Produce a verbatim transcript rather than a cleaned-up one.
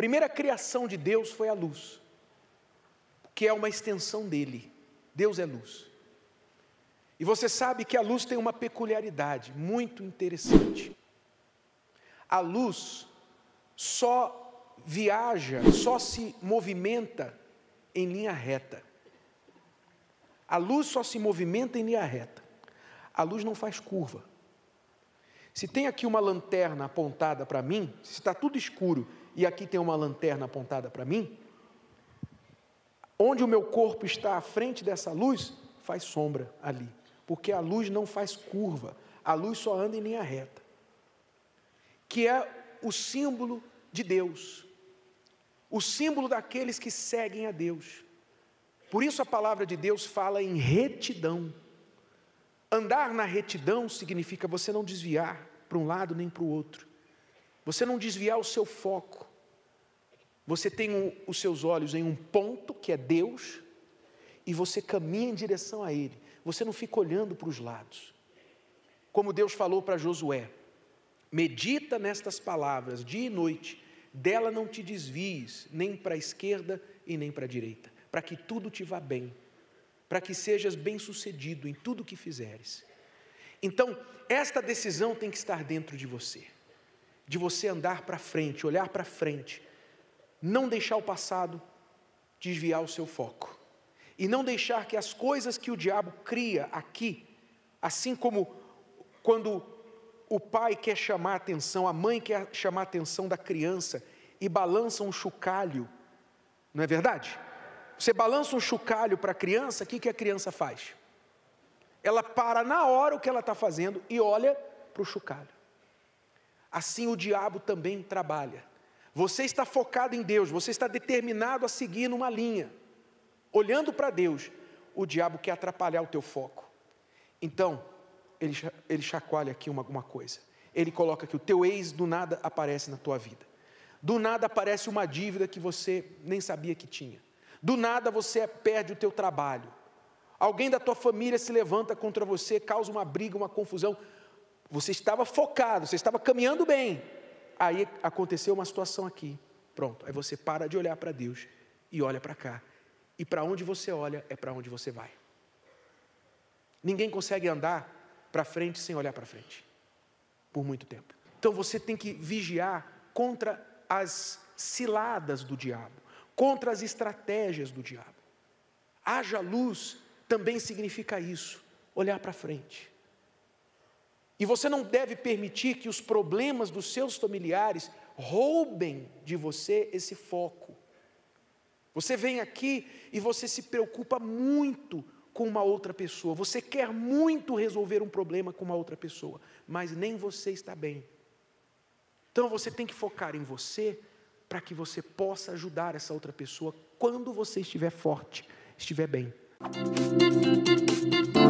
primeira criação de Deus foi a luz, que é uma extensão dele. Deus é luz. E você sabe que a luz tem uma peculiaridade muito interessante. A luz só viaja, só se movimenta em linha reta. A luz só se movimenta em linha reta. A luz não faz curva. Se tem aqui uma lanterna apontada para mim, se está tudo escuro e aqui tem uma lanterna apontada para mim, onde o meu corpo está à frente dessa luz, faz sombra ali. Porque a luz não faz curva, a luz só anda em linha reta. Que é o símbolo de Deus, o símbolo daqueles que seguem a Deus. Por isso a palavra de Deus fala em retidão. Andar na retidão significa você não desviar para um lado nem para o outro, você não desviar o seu foco, você tem um, os seus olhos em um ponto que é Deus, e você caminha em direção a Ele, você não fica olhando para os lados, como Deus falou para Josué: medita nestas palavras dia e noite, dela não te desvies, nem para a esquerda e nem para a direita, para que tudo te vá bem, para que sejas bem-sucedido em tudo que fizeres. Então, esta decisão tem que estar dentro de você, de você andar para frente, olhar para frente, não deixar o passado desviar o seu foco, e não deixar que as coisas que o diabo cria aqui, assim como quando o pai quer chamar a atenção, a mãe quer chamar a atenção da criança e balança um chocalho, não é verdade? Você balança um chocalho para a criança, o que, que a criança faz? Ela para na hora o que ela está fazendo e olha para o chocalho. Assim o diabo também trabalha. Você está focado em Deus, você está determinado a seguir numa linha, olhando para Deus. O diabo quer atrapalhar o teu foco. Então, ele, ele chacoalha aqui uma, uma coisa. Ele coloca que o teu ex do nada aparece na tua vida. Do nada aparece uma dívida que você nem sabia que tinha. Do nada você perde o teu trabalho. Alguém da tua família se levanta contra você, causa uma briga, uma confusão. Você estava focado, você estava caminhando bem. Aí aconteceu uma situação aqui. Pronto, aí você para de olhar para Deus e olha para cá. E para onde você olha é para onde você vai. Ninguém consegue andar para frente sem olhar para frente, por muito tempo. Então você tem que vigiar contra as ciladas do diabo, contra as estratégias do diabo. Haja luz também significa isso, olhar para frente. E você não deve permitir que os problemas dos seus familiares roubem de você esse foco. Você vem aqui e você se preocupa muito com uma outra pessoa, você quer muito resolver um problema com uma outra pessoa, mas nem você está bem. Então você tem que focar em você, para que você possa ajudar essa outra pessoa quando você estiver forte, estiver bem.